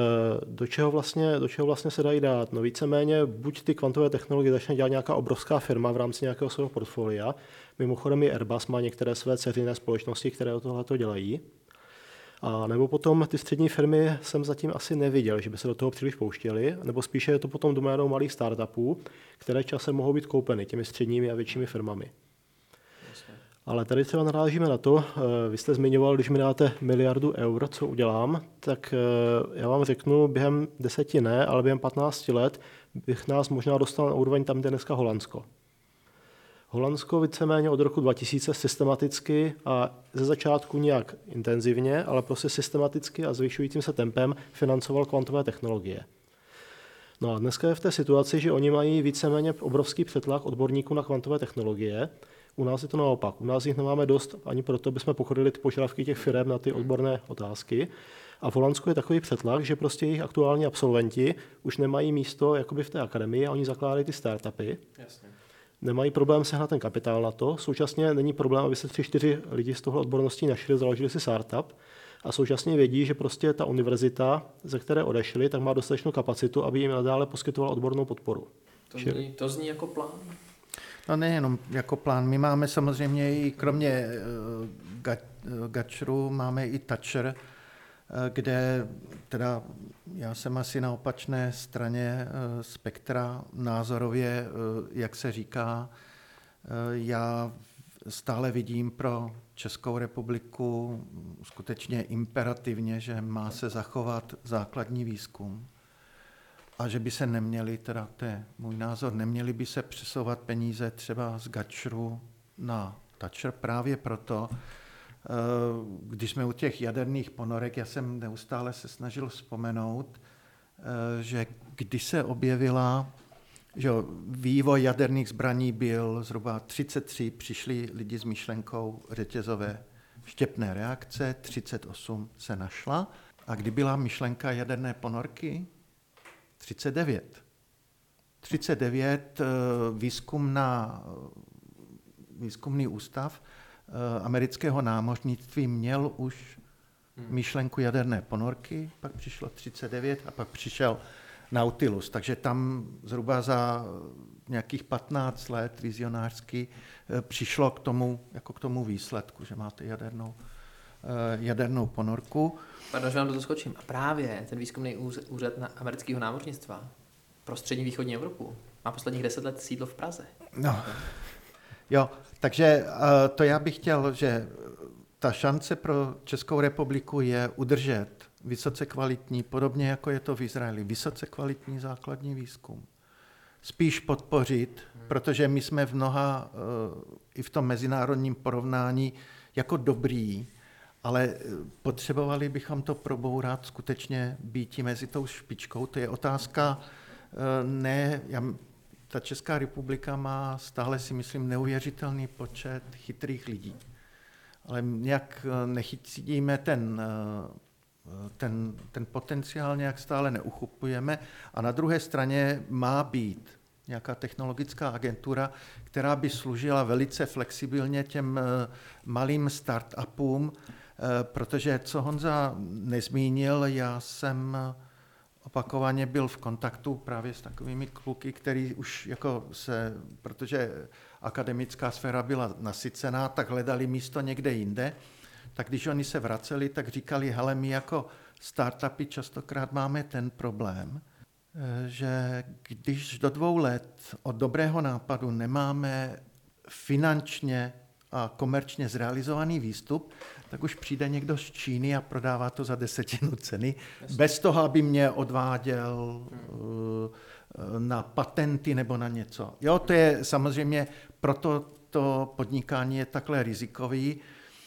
do čeho, vlastně, do čeho vlastně se dají dát. No víceméně buď ty kvantové technologie začne dělat nějaká obrovská firma v rámci nějakého svého portfolia, mimochodem i Airbus má některé své dceřiné společnosti, které o tohleto dělají. A nebo potom ty střední firmy jsem zatím asi neviděl, že by se do toho příliš pouštěli, nebo spíše je to potom doménou malých startupů, které časem mohou být koupeny těmi středními a většími firmami. Ale tady třeba narážíme na to, vy jste zmiňoval, když mi dáte miliardu eur, co udělám, tak já vám řeknu, během deseti ne, ale během patnácti let bych nás možná dostal na úroveň tam, kde je dneska Holandsko. Holandsko víceméně od roku dva tisíce systematicky a ze začátku nějak intenzivně, ale prostě systematicky a zvyšujícím se tempem financoval kvantové technologie. No a dneska je v té situaci, že oni mají víceméně obrovský přetlak odborníků na kvantové technologie. U nás je to naopak. U nás jich nemáme dost ani proto, aby jsme pochopili ty požadavky těch firem na ty odborné otázky. A v Holandsku je takový přetlak, že prostě jejich aktuální absolventi už nemají místo jakoby v té akademii a oni zakládají ty startupy. Jasně. Nemají problém sehnat ten kapitál na to. Současně není problém, aby se tři, čtyři lidi z toho odborností našli, založili si startup. A současně vědí, že prostě ta univerzita, ze které odešli, tak má dostatečnou kapacitu, aby jim nadále poskytovala odbornou podporu. To zní, to zní jako plán. No nejenom jako plán. My máme samozřejmě i kromě uh, Gatchru máme i Thatcher, uh, kde teda já jsem asi na opačné straně uh, spektra názorově, uh, jak se říká. Uh, já stále vidím pro Českou republiku skutečně imperativně, že má se zachovat základní výzkum. A že by se neměli, teda to je můj názor, neměli by se přesouvat peníze třeba z Gatchru na Thatcher právě proto, když jsme u těch jaderných ponorek, já jsem neustále se snažil vzpomenout, že když se objevila, že vývoj jaderných zbraní byl zhruba třicet tři, přišli lidi s myšlenkou řetězové štěpné reakce, třicet osm se našla. A kdy byla myšlenka jaderné ponorky? třicet devět. třicet devět výzkumná, výzkumný ústav amerického námořnictví měl už myšlenku jaderné ponorky, pak přišlo třicet devět a pak přišel Nautilus. Takže tam zhruba za nějakých patnáct let vizionářsky přišlo k tomu, jako k tomu výsledku, že máte jadernou, jadernou ponorku. Pardon, že vám do toho skočím. A právě ten výzkumný úřad na amerického námořnictva pro střední východní Evropu má posledních deset let sídlo v Praze. No, jo, takže to já bych chtěl, že ta šance pro Českou republiku je udržet vysoce kvalitní, podobně jako je to v Izraeli, vysoce kvalitní základní výzkum. Spíš podpořit, protože my jsme v mnoha, i v tom mezinárodním porovnání, jako dobrý, ale potřebovali bychom to probourat, skutečně být mezi tou špičkou. To je otázka, ne, já, ta Česká republika má stále, si myslím, neuvěřitelný počet chytrých lidí. Ale nějak nechytíme ten, ten, ten potenciál, nějak stále neuchopujeme. A na druhé straně má být nějaká technologická agentura, která by služila velice flexibilně těm malým startupům, protože co Honza nezmínil, já jsem opakovaně byl v kontaktu právě s takovými kluky, který už jako se, protože akademická sféra byla nasycená, tak hledali místo někde jinde. Tak když oni se vraceli, tak říkali, hele, my jako startupy častokrát máme ten problém, že když do dvou let od dobrého nápadu nemáme finančně a komerčně zrealizovaný výstup, tak už přijde někdo z Číny a prodává to za desetinu ceny, Jasně. bez toho, aby mě odváděl hmm. na patenty nebo na něco. Jo, to je samozřejmě, proto to podnikání je takhle rizikový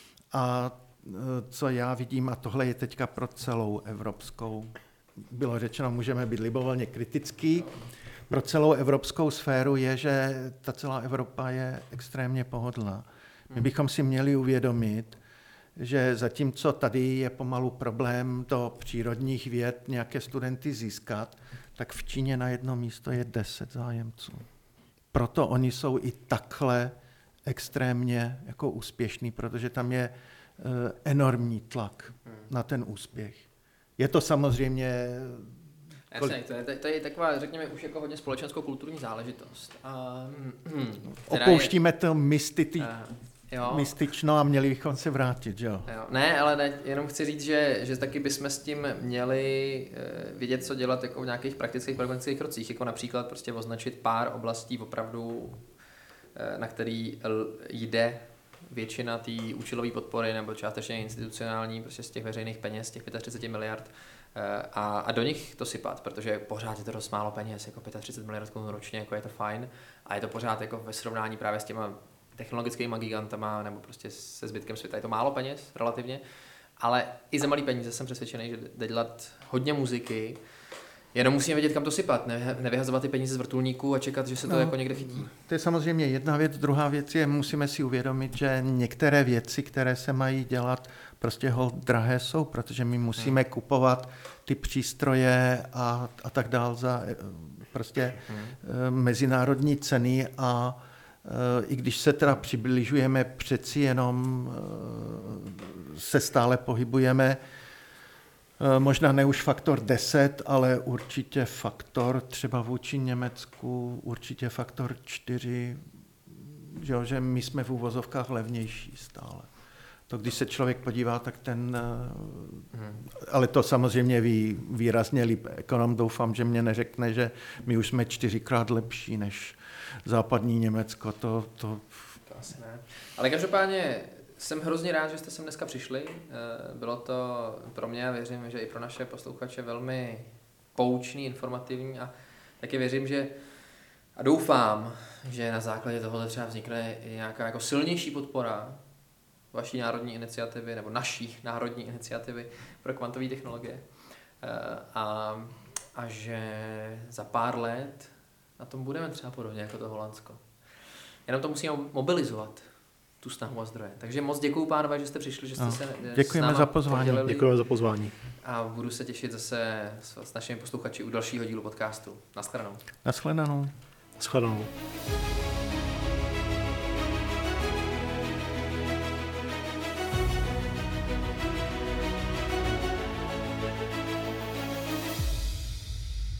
a co já vidím, a tohle je teďka pro celou evropskou, bylo řečeno, můžeme být libovolně kritický, pro celou evropskou sféru je, že ta celá Evropa je extrémně pohodlná. My bychom si měli uvědomit, že zatímco tady je pomalu problém do přírodních věd nějaké studenty získat, tak v Číně na jedno místo je deset zájemců. Proto oni jsou i takhle extrémně jako úspěšní, protože tam je uh, enormní tlak hmm. na ten úspěch. Je to samozřejmě... Jasně, to je, to je taková, řekněme, už jako hodně společensko-kulturní záležitost. A, hm, Opouštíme je, to mystity, uh, mystično a měli bychom se vrátit, jo? jo. Ne, ale ne, jenom chci říct, že, že taky bychom s tím měli uh, vědět, co dělat jako v nějakých praktických pragmatických krocích, jako například prostě označit pár oblastí opravdu, uh, na který jde většina té účelové podpory nebo částečně institucionální, prostě z těch veřejných peněz, těch třicet pět miliard, a, a do nich to sypat, protože pořád je to dost málo peněz, jako třicet pět miliard korun ročně, jako je to fajn, a je to pořád jako ve srovnání právě s těma technologickými gigantama nebo prostě se zbytkem světa. Je to málo peněz relativně, ale i za malý peníze jsem přesvědčený, že jde dělat hodně muziky, jenom musíme vědět, kam to sypat, ne, nevyhazovat ty peníze z vrtulníků a čekat, že se to no, jako někde chytí. To je samozřejmě jedna věc. Druhá věc je, musíme si uvědomit, že některé věci, které se mají dělat, prostě holt drahé jsou, protože my musíme hmm. kupovat ty přístroje a, a tak dál za prostě hmm. mezinárodní ceny a i když se teda přibližujeme, přeci jenom se stále pohybujeme možná ne už faktor deset, ale určitě faktor třeba vůči Německu, určitě faktor čtyři, že, že my jsme v úvozovkách levnější stále. To, když se člověk podívá, tak ten, hmm. ale to samozřejmě ví výrazně líp ekonom, doufám, že mě neřekne, že my už jsme čtyřikrát lepší než západní Německo, to... To, to asi ne. Ale každopádně jsem hrozně rád, že jste sem dneska přišli. Bylo to pro mě a věřím, že i pro naše posluchače velmi poučný, informativní a taky věřím, že a doufám, že na základě toho třeba vznikne i nějaká jako silnější podpora vaší národní iniciativy nebo naší národní iniciativy pro kvantové technologie. A, a že za pár let na tom budeme třeba podobně jako to Holandsko. Jenom to musíme mobilizovat, tu snahu a zdroje. Takže moc děkuju, pánové, že jste přišli, že jste no, se děkujeme s náma za pozvání. podělili. Děkujeme za pozvání. A budu se těšit zase s našimi posluchači u dalšího dílu podcastu. Naschledanou. Naschledanou. Naschledanou.